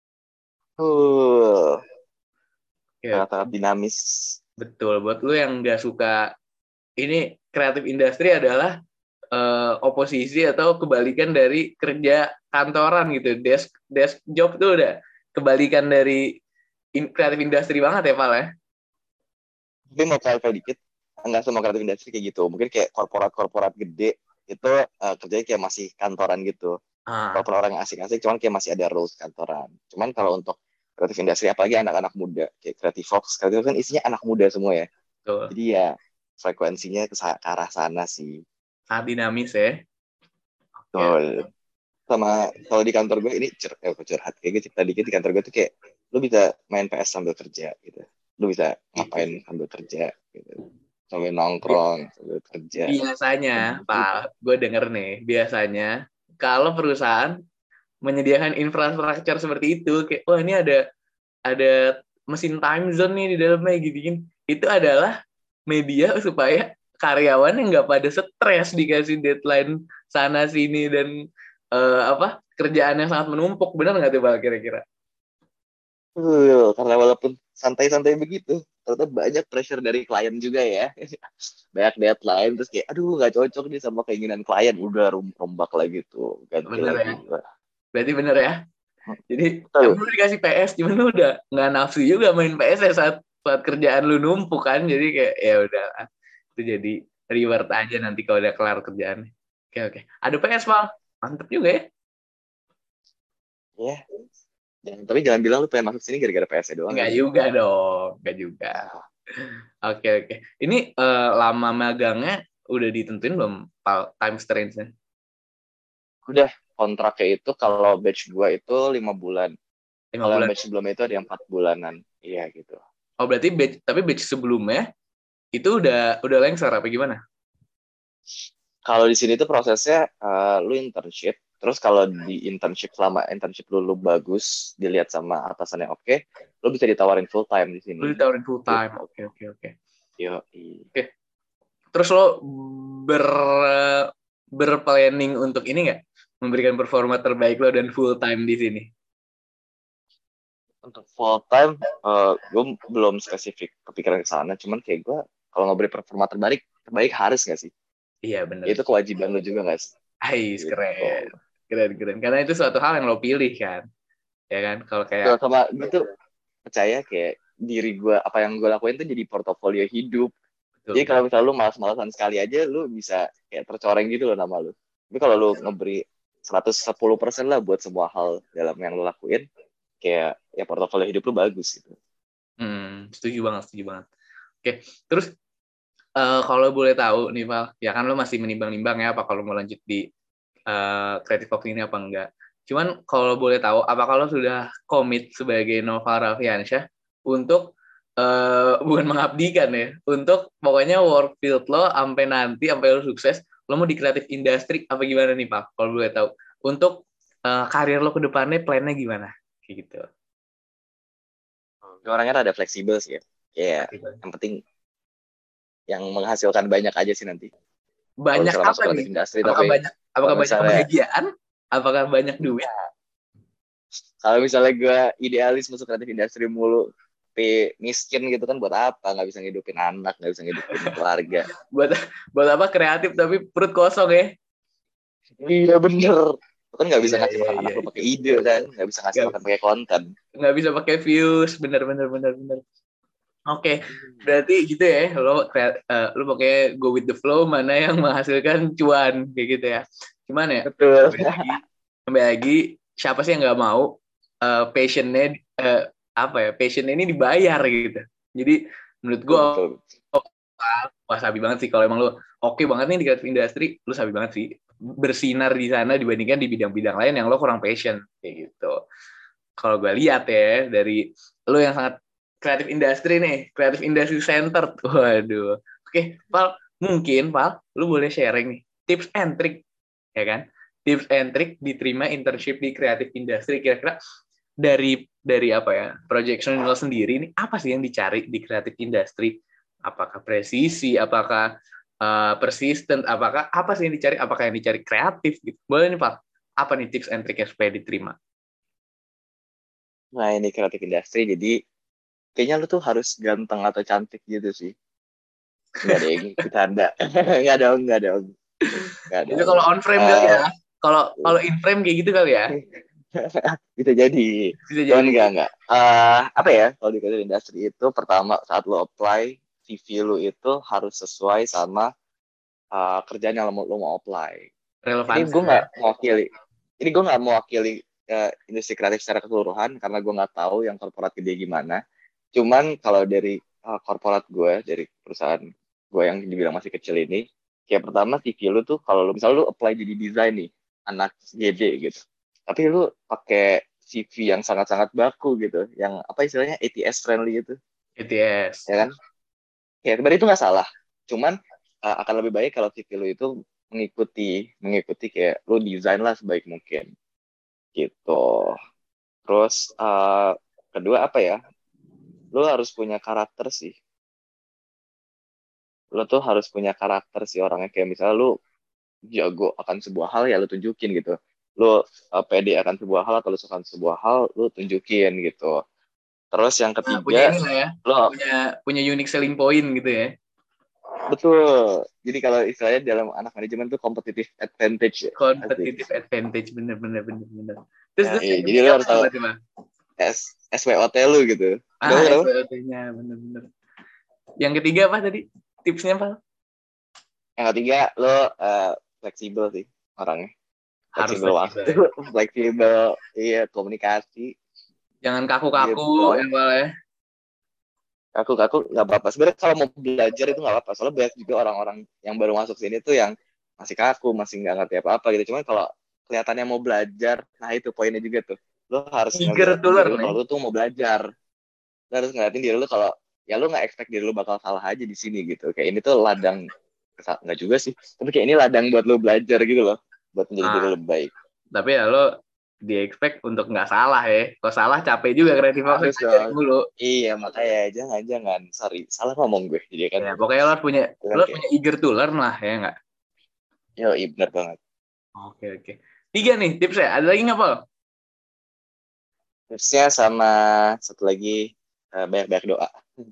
Uh, Oke, sangat-sangat dinamis. betul. Buat lu yang nggak suka, ini kreatif industri adalah oposisi atau kebalikan dari kerja kantoran gitu. Desk job tuh udah kebalikan dari kreatif industri banget ya, Pal ya. Tapi mau clarify dikit, nggak semua kreatif industri kayak gitu. Mungkin kayak korporat-korporat gede itu kerjanya kayak masih kantoran gitu. Ah, Walaupun orang yang asik-asik, cuman kayak masih ada rules kantoran. Cuman kalau untuk kreatif industri, apalagi anak-anak muda, kayak Creative Fox, Creative Fox kan isinya anak muda semua ya. betul. Jadi ya frekuensinya ke arah sana sih. Sangat dinamis ya. Oke. Betul. Sama kalau di kantor gue ini curhat kayak gue cerita dikit, di kantor gue tuh kayak lu bisa main PS sambil kerja gitu. Lu bisa Gitu ngapain sih. sambil kerja gitu. Sambil nongkrong, sambil kerja. Biasanya, Gitu. Pak, gue denger nih, biasanya kalau perusahaan menyediakan infrastruktur seperti itu, kayak, wah ini ada mesin time zone nih di dalamnya gitu kan. Itu adalah media supaya karyawan yang nggak pada stres dikasih deadline sana sini dan kerjaan yang sangat menumpuk. Benar nggak tuh, Pak, kira-kira? Karena walaupun santai-santai begitu, ternyata banyak pressure dari klien juga ya. Banyak deadline, terus kayak, aduh nggak cocok nih sama keinginan klien. Udah rombak lagi tuh, ganti Bener lagi. ya? Wah, Berarti bener ya? Jadi betul. emang lu dikasih PS, cuman lu udah nggak nafsu juga main PS ya saat kerjaan lu numpuk kan. Jadi kayak ya udah, itu jadi reward aja nanti kalau udah kelar kerjaan. Oke. Ada PS, Bang. Mantep juga ya. Ya. Tapi jangan bilang lu pengen masuk sini gara-gara PS doang. Enggak juga dong, enggak juga. Oke. Ini lama magangnya udah ditentuin belum time range-nya? Udah, kontraknya itu kalau batch 2 itu 5 bulan. 5 Kalau yang bulan. batch sebelumnya itu ada yang 4 bulanan. Iya gitu. Oh, berarti batch sebelumnya itu udah lengser apa gimana? Kalau di sini tuh prosesnya lu internship, terus kalau di internship selama internship lu bagus, dilihat sama atasannya oke, lu bisa ditawarin full time di sini. Lu ditawarin full time. Gitu. Oke. Yo, Oke. Terus lo berplanning untuk ini nggak? Memberikan performa terbaik lo dan full time di sini? Untuk full time, gue belum spesifik kepikiran ke sana, cuman kayak gue kalau ngeberi performa terbaik harus nggak sih? Iya benar. Itu kewajiban lu juga nggak sih? Ais, Gitu. keren. Karena itu suatu hal yang lo pilih kan, ya kan? Kalau kayak sama gue tuh percaya kayak diri gue, apa yang gue lakuin tuh jadi portofolio hidup. Jadi kalau misalnya lu malas-malasan sekali aja, lu bisa kayak tercoreng gitu loh nama lu. Tapi kalau lu ngeberi 110% lah buat semua hal dalam yang lu lakuin, kayak ya portofolio hidup lu bagus gitu. Setuju banget. Oke, terus kalau boleh tahu nih Val, ya kan lo masih menimbang-nimbang ya apa kalau mau lanjut di Creative Fox ini apa enggak. Cuman kalau boleh tahu, apakah lo sudah komit sebagai Nova Raffiansyah untuk bukan mengabdikan ya, untuk pokoknya work field lo sampai lo sukses, lo mau di creative industry apa gimana nih Pak? Kalau boleh tahu, untuk karir lo ke depannya plannya gimana? Kayak gitu. Orangnya rada fleksibel sih ya. Ya, yang penting yang menghasilkan banyak aja sih nanti. Banyak kalau apa masuk nih? industri, Apakah tapi banyak misalnya, kebahagiaan? Apakah banyak duit? kalau misalnya gue idealis masuk kreatif industri mulu, tapi miskin gitu kan buat apa? Nggak bisa ngidupin anak, nggak bisa ngidupin keluarga. buat apa kreatif tapi perut kosong ya? Iya bener. Lu kan nggak bisa Iya. ngasih makan anak lu pakai ide kan, nggak bisa ngasih makan pakai konten. Nggak bisa pakai views, bener. Oke, berarti gitu ya, lo pakai go with the flow, mana yang menghasilkan cuan kayak gitu ya. Cuman ya, Betul. kembali lagi siapa sih yang nggak mau passionnya passionnya ini dibayar gitu. Jadi menurut gue Betul. wah sabi banget sih kalau emang lo oke banget nih di creative industry, lo sabi banget sih bersinar di sana dibandingkan di bidang-bidang lain yang lo kurang passion kayak gitu. Kalau gue lihat ya dari lo yang sangat creative industry nih, creative industry center, waduh. Oke, Val, mungkin Val, lo boleh sharing nih tips and trick, ya kan? Tips and trick diterima internship di creative industry, kira-kira dari apa ya, projection lo sendiri ini apa sih yang dicari di creative industry? Apakah presisi, apakah persistent, apakah apa sih yang dicari? Apakah yang dicari kreatif gitu? Boleh nih Pak, apa nih tips and trick supaya diterima? Nah ini kreatif industri, jadi kayaknya lu tuh harus ganteng atau cantik gitu sih. Nggak deh, bercanda. Nggak dong. Itu kalau on frame kali ya. Kalau in frame kayak gitu kali ya. Bisa jadi. Bisa Cuman jadi. enggak. Apa ya, kalau di kreatif industri itu, pertama saat lo apply, CV lu itu harus sesuai sama kerjaan yang lo mau apply. Relevansi ya. Ini gue nggak mewakili industri kreatif secara keseluruhan, karena gue nggak tahu yang korporat gede gimana. Cuman kalau dari korporat gue, dari perusahaan gue yang dibilang masih kecil ini, kayak pertama CV lu tuh, kalau lu misalnya lu apply jadi desain nih, anak GD gitu, tapi lu pakai CV yang sangat-sangat baku gitu, yang apa istilahnya ATS friendly gitu, ETS. ya kan? Ya sebenarnya itu nggak salah, cuman akan lebih baik kalau CV lu itu mengikuti kayak lu desain lah sebaik mungkin gitu. Terus kedua apa ya? Lu harus punya karakter sih. Lu tuh harus punya karakter sih orangnya, kayak misalnya lu jago akan sebuah hal ya lu tunjukin gitu. Lu pede akan sebuah hal atau lu suka sebuah hal lu tunjukin gitu. Terus yang Punya ketiga, ini lah ya. lo Punya unique selling point gitu ya. betul. Jadi kalau istilahnya dalam anak manajemen tuh competitive advantage ya. Asik. Competitive advantage, bener. Terus Iya, yang jadi ketiga lo apa harus tahu berarti, Bang? SWOT lu gitu. Kenapa? SWOT-nya bener. Yang ketiga apa tadi? Tipsnya, Pak? Yang ketiga, lo fleksibel sih orangnya. Harus fleksibel fleksibel waktu, ya. fleksibel, iya komunikasi. Jangan Gitu. kaku-kaku ya Pal ya. Aku nggak apa-apa. Sebenarnya kalau mau belajar itu nggak apa-apa. Soalnya banyak juga orang-orang yang baru masuk sini tuh yang masih kaku, masih nggak ngerti apa-apa gitu. Cuman kalau kelihatannya mau belajar, nah itu poinnya juga tuh. Lo harus Eager to ngeliatin diri learn lo nih. kalau lo tuh mau belajar. Lo harus ngeliatin diri lo kalau ya lo nggak expect diri lo bakal salah aja di sini gitu. Kayak ini tuh ladang, nggak juga sih. Tapi kayak ini ladang buat lo belajar gitu loh. Buat menjadi diri Ah, lo baik. tapi ya lo di-expect untuk nggak salah ya. Kalau salah capek juga kreatif Fox Harus ngajarin dong. mulu. Iya, makanya jangan. Sorry, salah ngomong gue. Jadi kan, Ya, pokoknya itu kan lo kayak, punya eager to learn lah ya nggak? yo, iya benar banget. Oke. 3 nih tipsnya. Ada lagi nggak Pal? Tipsnya sama satu lagi, banyak-banyak doa.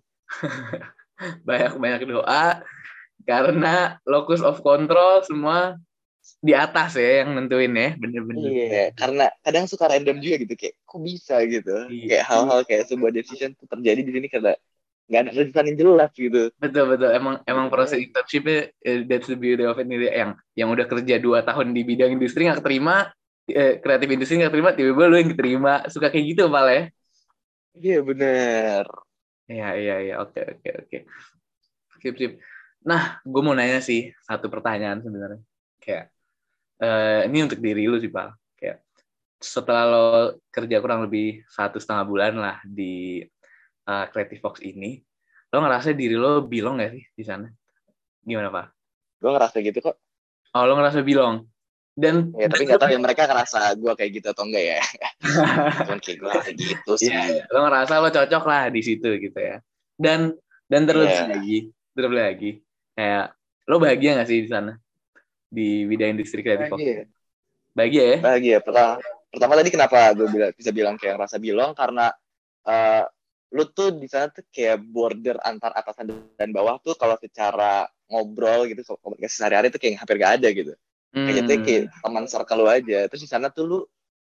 Banyak-banyak doa karena locus of control semua di atas ya yang nentuin ya. Bener-bener. Iya, karena kadang suka random juga gitu, kayak kok bisa gitu. Iya. Kayak hal-hal kayak sebuah decision tuh terjadi di sini karena nggak ada rencana yang jelas gitu. Betul. Emang proses Bener. internshipnya that's the beauty of it nih, yang udah kerja 2 tahun di bidang industri nggak keterima, kreatif industri nggak terima, tiba-tiba lu yang keterima, suka kayak gitu Pal ya. Iya bener. Iya, oke. Sip. Nah, gue mau nanya sih satu pertanyaan sebenarnya. Kayak ini untuk diri lu sih, Pak. Kayak setelah lo kerja kurang lebih 1,5 bulan lah di Creative Fox ini, lo ngerasa diri lo belong nggak sih di sana? Gimana, Pak? Gue ngerasa gitu kok. Oh, lo ngerasa belong. Ya, tapi nggak tahu ya mereka ngerasa gue kayak gitu atau enggak ya. Cuman kayak gue ngerasa gitu Iya, sih. lo ngerasa lo cocok lah di situ gitu ya. Dan Iya. terlebih lagi, kayak lo bahagia nggak sih di sana di bidang industri Creative Fox? Bahagia. Bahagia ya? Bahagia. Pertama tadi kenapa gue bisa bilang kayak ngerasa belong karena eh, lu tuh di sana tuh kayak border antar atasan dan bawah tuh kalau secara ngobrol gitu komunikasi sehari-hari tuh kayak hampir gak ada gitu. Kayak jatuhnya kayak Hmm. teman circle lu aja. Terus di sana tuh lu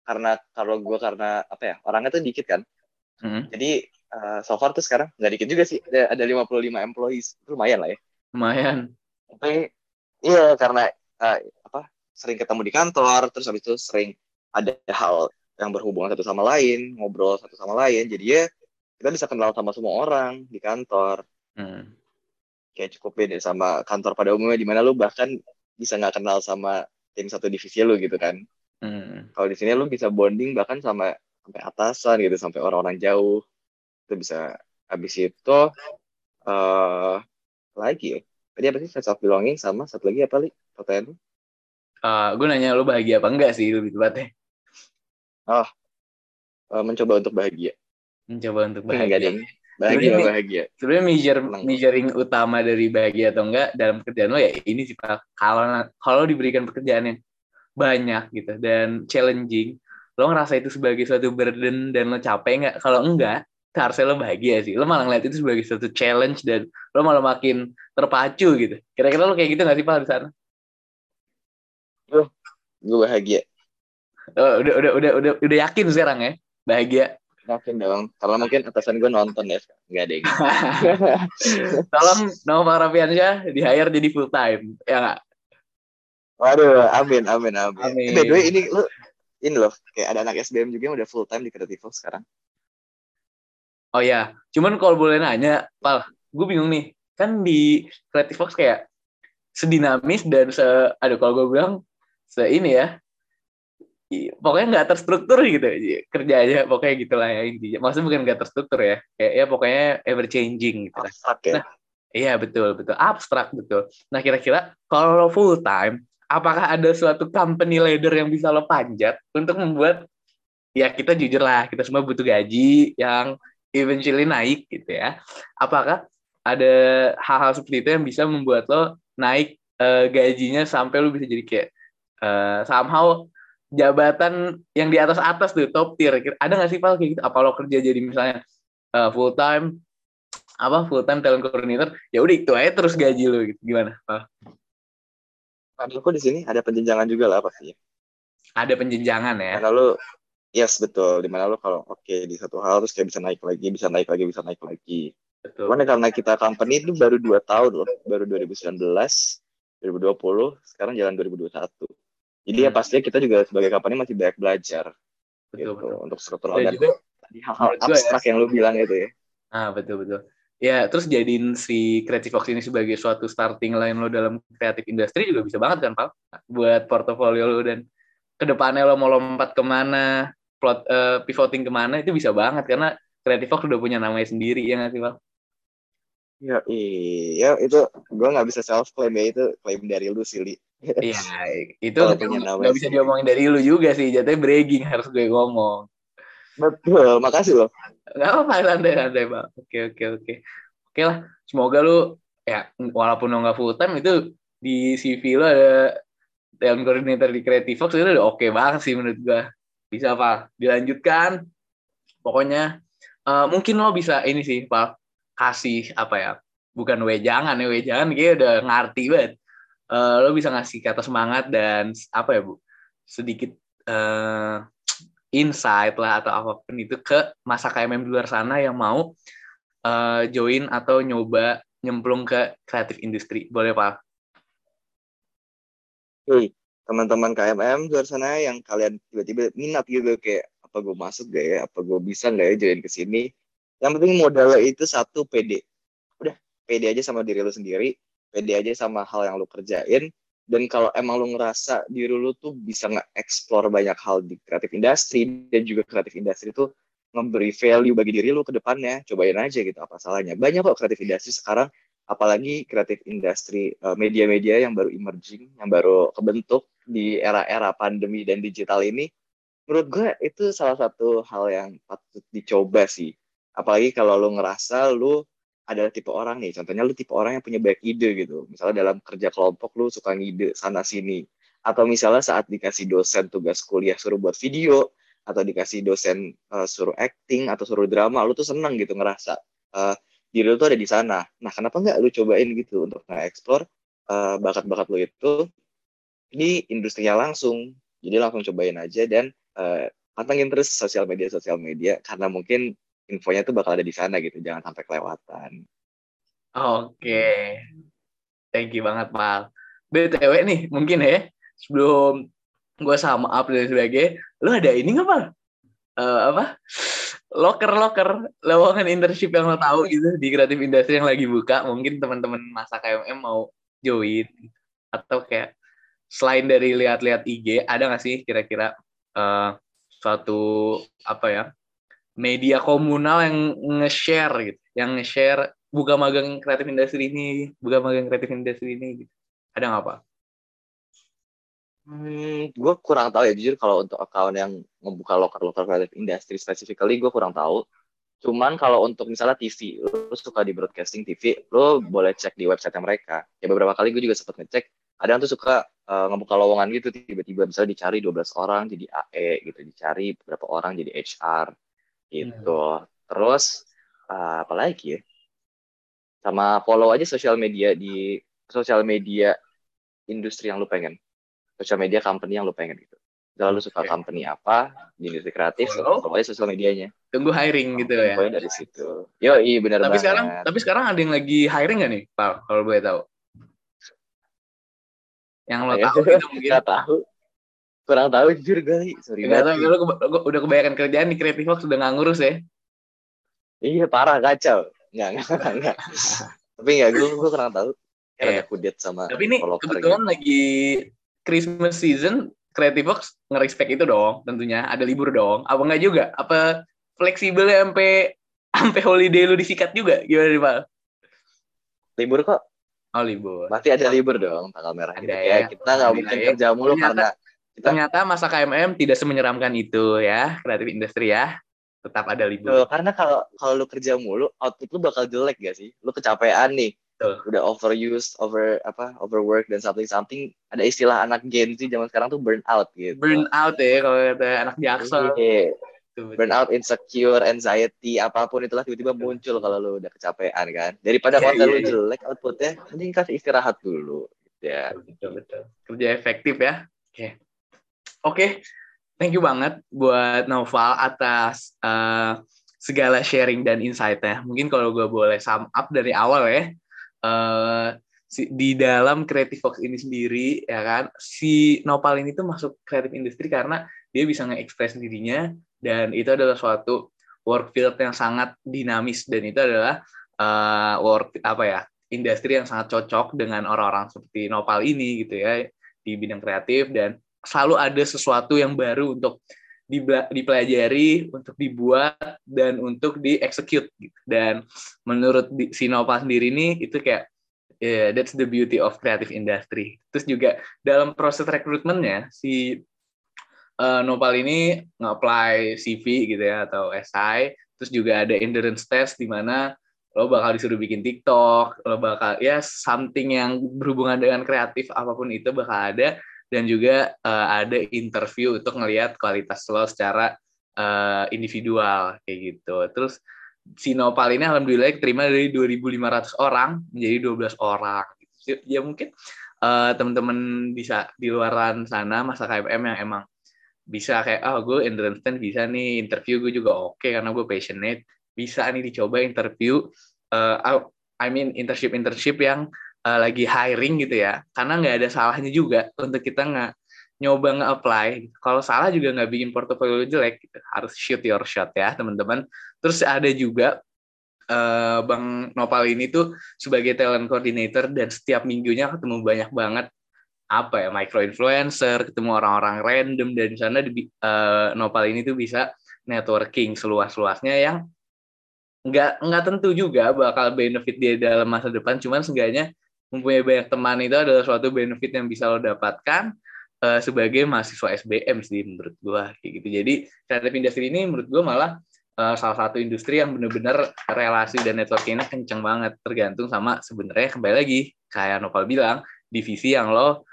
karena apa ya orangnya tuh dikit kan. Hmm. Jadi so far tuh sekarang nggak dikit juga sih ada 55 employees. Itu lumayan lah ya. Lumayan. Tapi iya karena apa sering ketemu di kantor terus habis itu sering ada hal yang berhubungan satu sama lain, ngobrol satu sama lain. Jadi ya kita bisa kenal sama semua orang di kantor. Hmm. Kayak cukup beda sama kantor pada umumnya di mana lu bahkan bisa nggak kenal sama tim satu divisi lu gitu kan. Hmm. Kalau di sini lu bisa bonding bahkan sampai atasan gitu, sampai orang-orang jauh. Itu bisa habis itu lagi ya. Tadi apa sih sense of belonging sama satu lagi apa li? Pertanyaan lu? Gue nanya lo bahagia apa enggak sih lebih tepatnya. Oh, mencoba untuk bahagia. Mencoba untuk Enggak bahagia. ding. Bahagia. Sebenarnya Seneng. measuring utama dari bahagia atau enggak dalam pekerjaan lo ya ini sih Pak. Kalau diberikan pekerjaan yang banyak gitu dan challenging, lo ngerasa itu sebagai suatu burden dan lo capek nggak? Kalau enggak, harusnya lo bahagia sih. Lo malah ngeliat itu sebagai suatu challenge dan lo malah makin terpacu gitu. Kira-kira lo kayak gitu nggak sih Pak di sana? Gue bahagia. Oh, udah yakin sekarang ya bahagia. Yakin dong. Kalau mungkin atasan gue nonton ya. Enggak ding. Tolong Nova Rafiansyah di hire jadi full time ya nggak? Waduh, amin. By the way, Amin. ini loh, kayak ada anak SBM juga yang udah full time di Creative Fox sekarang. Oh ya, cuman kalau boleh nanya, Pal, gue bingung nih. Kan di Creative Fox kayak sedinamis dan aduh kalau gue bilang ini ya, pokoknya nggak terstruktur gitu kerjanya, pokoknya gitulah ya intinya. Maksudnya bukan nggak terstruktur ya, kayak ya pokoknya ever changing gitu lah. Abstrak ya. Nah, iya betul, abstrak betul. Nah kira-kira kalau full time, apakah ada suatu company leader yang bisa lo panjat untuk membuat ya kita jujur lah, kita semua butuh gaji yang eventually naik gitu ya. Apakah ada hal-hal seperti itu yang bisa membuat lo naik gajinya sampai lo bisa jadi kayak somehow jabatan yang di atas tuh top tier. Ada nggak sih Pal kayak gitu? Apa lo kerja jadi misalnya full time talent coordinator? Ya udah itu aja terus gaji lo gitu. Gimana Pal? Padahal di sini ada penjenjangan juga lah pastinya. Ada penjenjangan ya. Karena lu, yes betul. Dimana lu kalau oke di satu hal terus kayak bisa naik lagi. Betul. Cuman karena kita company itu baru 2 tahun loh, baru 2019, 2020, sekarang jalan 2021. Jadi ya pastinya kita juga sebagai company masih banyak belajar Betul, gitu betul. untuk struktural Dan dan juga tadi hal-hal menurut gue ya, abstrak yang lu bilang itu ya. betul, betul. Ya, terus jadiin si Creative Fox ini sebagai suatu starting line lo dalam kreatif industri juga bisa banget kan, Pak? Buat portofolio lo dan kedepannya lo mau lompat kemana, pivoting kemana, itu bisa banget karena Creative Fox udah punya namanya sendiri, ya nggak sih, Pak? Ya iya itu gue nggak bisa self claim ya, itu klaim dari lu sih Li. Iya, itu Kalau punya namanya nggak bisa sendiri. diomongin dari lu juga sih, jatuhnya bragging harus gue ngomong. Betul, makasih loh. Nggak apa-apa, santai-santai, Pak. Oke, oke, oke. Oke lah, semoga lu, ya, walaupun lo nggak full time, itu di CV lo ada talent coordinator di Creative Fox, itu udah oke banget sih menurut gue. Bisa, Pak. Dilanjutkan. Pokoknya, mungkin lo bisa ini sih, Pak. Kasih, apa ya, bukan wejangan ya, wejangan kayak udah ngerti banget. Lo bisa ngasih kata semangat dan, apa ya, Bu, sedikit insight lah atau apapun itu ke masa KMM di luar sana yang mau join atau nyoba nyemplung ke kreatif industri. Boleh, Pak? Hei, teman-teman KMM di luar sana yang kalian tiba-tiba minat gitu kayak apa gue masuk gak ya, apa gue bisa nggak ya join ke sini. Yang penting modalnya itu satu pede. Udah, pede aja sama diri lu sendiri, pede aja sama hal yang lu kerjain. Dan kalau emang lu ngerasa diri lu tuh bisa nge-explore banyak hal di kreatif industri dan juga kreatif industri itu memberi value bagi diri lu ke depannya, cobain aja gitu apa salahnya. Banyak kok kreatif industri sekarang, apalagi kreatif industri media-media yang baru emerging, yang baru kebentuk di era-era pandemi dan digital ini, menurut gue itu salah satu hal yang patut dicoba sih. Apalagi kalau lu ngerasa lu adalah tipe orang nih, contohnya lu tipe orang yang punya banyak ide gitu. Misalnya dalam kerja kelompok lu suka ngide sana sini. Atau misalnya saat dikasih dosen tugas kuliah suruh buat video, atau dikasih dosen suruh acting atau suruh drama, lu tuh seneng gitu ngerasa uh, diri lu tuh ada di sana. Nah, kenapa nggak lu cobain gitu untuk nge-explore bakat-bakat lu itu di industrinya langsung. Jadi langsung cobain aja dan pantengin terus sosial media karena mungkin infonya tuh bakal ada di sana gitu, jangan sampai kelewatan. Oke. Thank you banget, Pak. BTW nih, mungkin ya, sebelum gue sama up dan sebagainya, lo ada ini nggak, Pak? Apa? Loker lowongan internship yang lo tahu gitu di kreatif industri yang lagi buka, mungkin teman-teman masa KMM mau join atau kayak selain dari lihat-lihat IG, ada nggak sih kira-kira suatu apa ya media komunal yang nge-share gitu, yang nge-share buka magang kreatif industri ini, gitu. Ada nggak, Pak? Gue kurang tahu ya jujur kalau untuk account yang membuka loker-loker kreatif industri specifically gue kurang tahu. Cuman kalau untuk misalnya TV, lu suka di broadcasting TV, lu boleh cek di website mereka. Ya beberapa kali gue juga sempat ngecek, ada yang tuh suka ngebuka lowongan gitu, tiba-tiba misalnya dicari 12 orang jadi AE gitu, dicari beberapa orang jadi HR gitu. Terus apa lagi ya? Sama follow aja sosial media industri yang lu pengen, sosial media company yang lu pengen gitu. Kalau lu suka Oke. company apa di industri kreatif, Follow, follow aja sosial medianya. tunggu hiring gitu ya. Infonya dari situ. Yo, iya benar banget. Tapi sekarang ada yang lagi hiring nggak nih, Pak? Kalau boleh tahu. Yang Apa lo ya? tahu gitu mungkin. Gak tahu. Kurang tahu jujur gue. Sorry Nggak banget. tahu, lo udah kebanyakan kerjaan di Creative Fox, udah nggak ngurus ya. Iya parah kacau. Enggak. Tapi enggak, gue kurang tahu. Kayak ada kudet sama Tapi ini developer kebetulan gitu. lagi Christmas season, Creative Fox nge-respect itu dong, tentunya. Ada libur dong. Apa enggak juga? Apa fleksibel ya sampai holiday lu disikat juga? Gimana nih, Pak? Libur kok. Oh, libur. Pasti ada libur dong tanggal merah gitu. Ada ya. Kayak kita nggak mungkin Alhamdulillah ya. kerja mulu karena kita Ternyata masa KMM tidak semenyeramkan itu ya, kreatif industri ya. Tetap ada libur. karena kalau lu kerja mulu, output lu bakal jelek gak sih? Lu kecapean nih. Betul. Udah overuse, overwork dan something. Ada istilah anak Gen Z zaman sekarang tuh burnout gitu. Burnout ya kalau kata anak Jaksel. Iya. Betul. Burnout, insecure, anxiety, apapun itulah tiba-tiba muncul kalau lu udah kecapean kan. Daripada konten lu jelek outputnya, mending kasih istirahat dulu. Ya. Betul. Kerja efektif ya. Oke. Thank you banget buat Noval atas segala sharing dan insight-nya. Mungkin kalau gue boleh sum up dari awal ya. di dalam Creative Fox ini sendiri, ya kan, si Nopal ini tuh masuk kreatif industri karena dia bisa nge-express dirinya, dan itu adalah suatu work field yang sangat dinamis, dan itu adalah industri yang sangat cocok dengan orang-orang seperti Nopal ini gitu ya, di bidang kreatif, dan selalu ada sesuatu yang baru untuk dipelajari, untuk dibuat, dan untuk di-execute gitu. Dan menurut si Nopal sendiri nih, itu kayak that's the beauty of creative industry. Terus juga dalam proses rekrutmennya, si Nopal ini nge-apply CV gitu ya, atau SI, terus juga ada endurance test di mana lo bakal disuruh bikin TikTok, lo bakal something yang berhubungan dengan kreatif apapun itu bakal ada, dan juga ada interview untuk ngelihat kualitas lo secara individual kayak gitu. Terus si Nopal ini alhamdulillah terima dari 2.500 orang menjadi 12 orang. Ya mungkin teman-teman bisa di luaran sana masa KMM yang emang bisa kayak gue endurance test bisa nih, interview gue juga oke karena gue passionate, bisa nih dicoba interview internship yang lagi hiring gitu ya, karena nggak ada salahnya juga untuk kita nyoba nge-apply. Kalau salah juga nggak bikin portofolio jelek gitu. Harus shoot your shot ya teman-teman. Terus ada juga Bang Nopal ini tuh sebagai talent coordinator, dan setiap minggunya ketemu banyak banget micro influencer, ketemu orang-orang random, dan di sana Nopal ini tuh bisa networking seluas-luasnya yang nggak tentu juga bakal benefit dia dalam masa depan, cuman seenggaknya mempunyai banyak teman itu adalah suatu benefit yang bisa lo dapatkan sebagai mahasiswa SBM sih menurut gue kayak gitu. Jadi kreatif industri ini menurut gue malah salah satu industri yang benar-benar relasi dan networkingnya kenceng banget, tergantung sama sebenarnya kembali lagi kayak Nopal bilang, divisi yang lo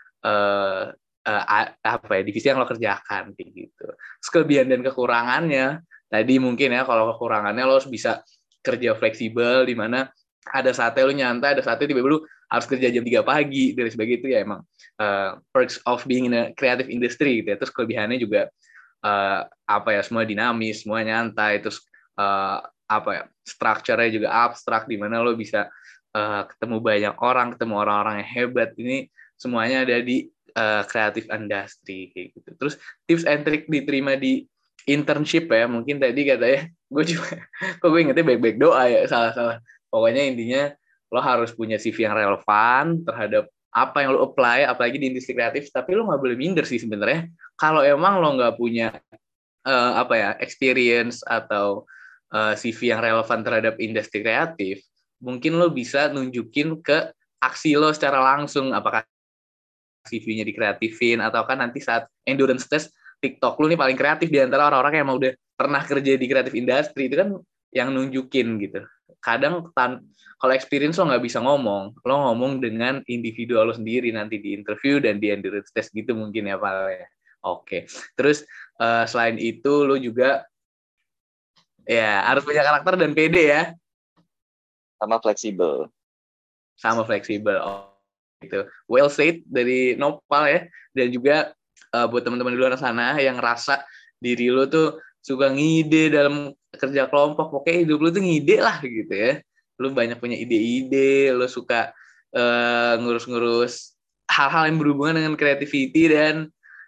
divisi yang lo kerjakan kayak gitu. Terus kelebihan dan kekurangannya tadi mungkin ya, kalau kekurangannya lo bisa kerja fleksibel, di mana ada saatnya lu nyantai, ada saatnya tiba-tiba lu harus kerja jam 3 pagi, dari sebagainya. Itu ya emang perks of being in a creative industry gitu ya. Terus kelebihannya juga semua dinamis, semua nyantai, terus strukturnya juga abstrak, di mana lo bisa ketemu banyak orang, ketemu orang-orang yang hebat. Ini semuanya ada di creative industry kayak gitu. Terus tips and trick diterima di internship ya, mungkin tadi katanya gue juga kok gue ingetnya baik-baik doa ya, salah pokoknya intinya lo harus punya CV yang relevan terhadap apa yang lo apply, apalagi di industri kreatif. Tapi lo nggak boleh minder sih sebenarnya kalau emang lo nggak punya experience atau CV yang relevan terhadap industri kreatif. Mungkin lo bisa nunjukin ke aksi lo secara langsung, apakah CV-nya dikreatifin, atau kan nanti saat endurance test TikTok lu nih paling kreatif di antara orang-orang yang udah pernah kerja di kreatif industri, itu kan yang nunjukin gitu. Kadang kalau experience lo nggak bisa ngomong, lo ngomong dengan individual lo sendiri nanti di interview dan di endurance test gitu mungkin ya Pak ya. Oke. Terus selain itu lo juga ya harus punya karakter dan pede ya. Sama fleksibel. Gitu. Well said dari Nopal ya. Dan juga buat teman-teman di luar sana yang ngerasa diri lo tuh suka ngide dalam kerja kelompok, pokoknya hidup lo tuh ngide lah gitu ya. Lo banyak punya ide-ide, lo suka ngurus-ngurus hal-hal yang berhubungan dengan creativity dan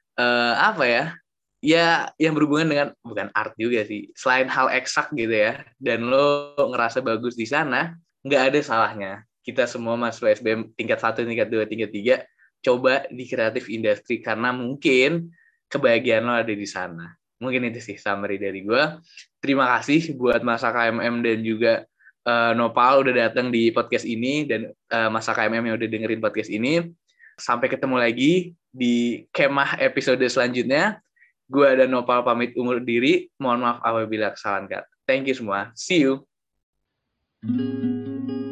yang berhubungan dengan, bukan art juga sih, selain hal eksak gitu ya, dan lo ngerasa bagus di sana, nggak ada salahnya kita semua mahasiswa SBM tingkat 1, tingkat 2, tingkat 3 coba di kreatif industri, karena mungkin kebahagiaan lo ada di sana. Mungkin itu sih summary dari gue. Terima kasih buat Masa KMM dan juga Nopal udah datang di podcast ini, dan Masa KMM yang udah dengerin podcast ini. Sampai ketemu lagi di Kemah episode selanjutnya. Gue dan Nopal pamit undur diri. Mohon maaf apabila kesalahan kata. Thank you semua. See you.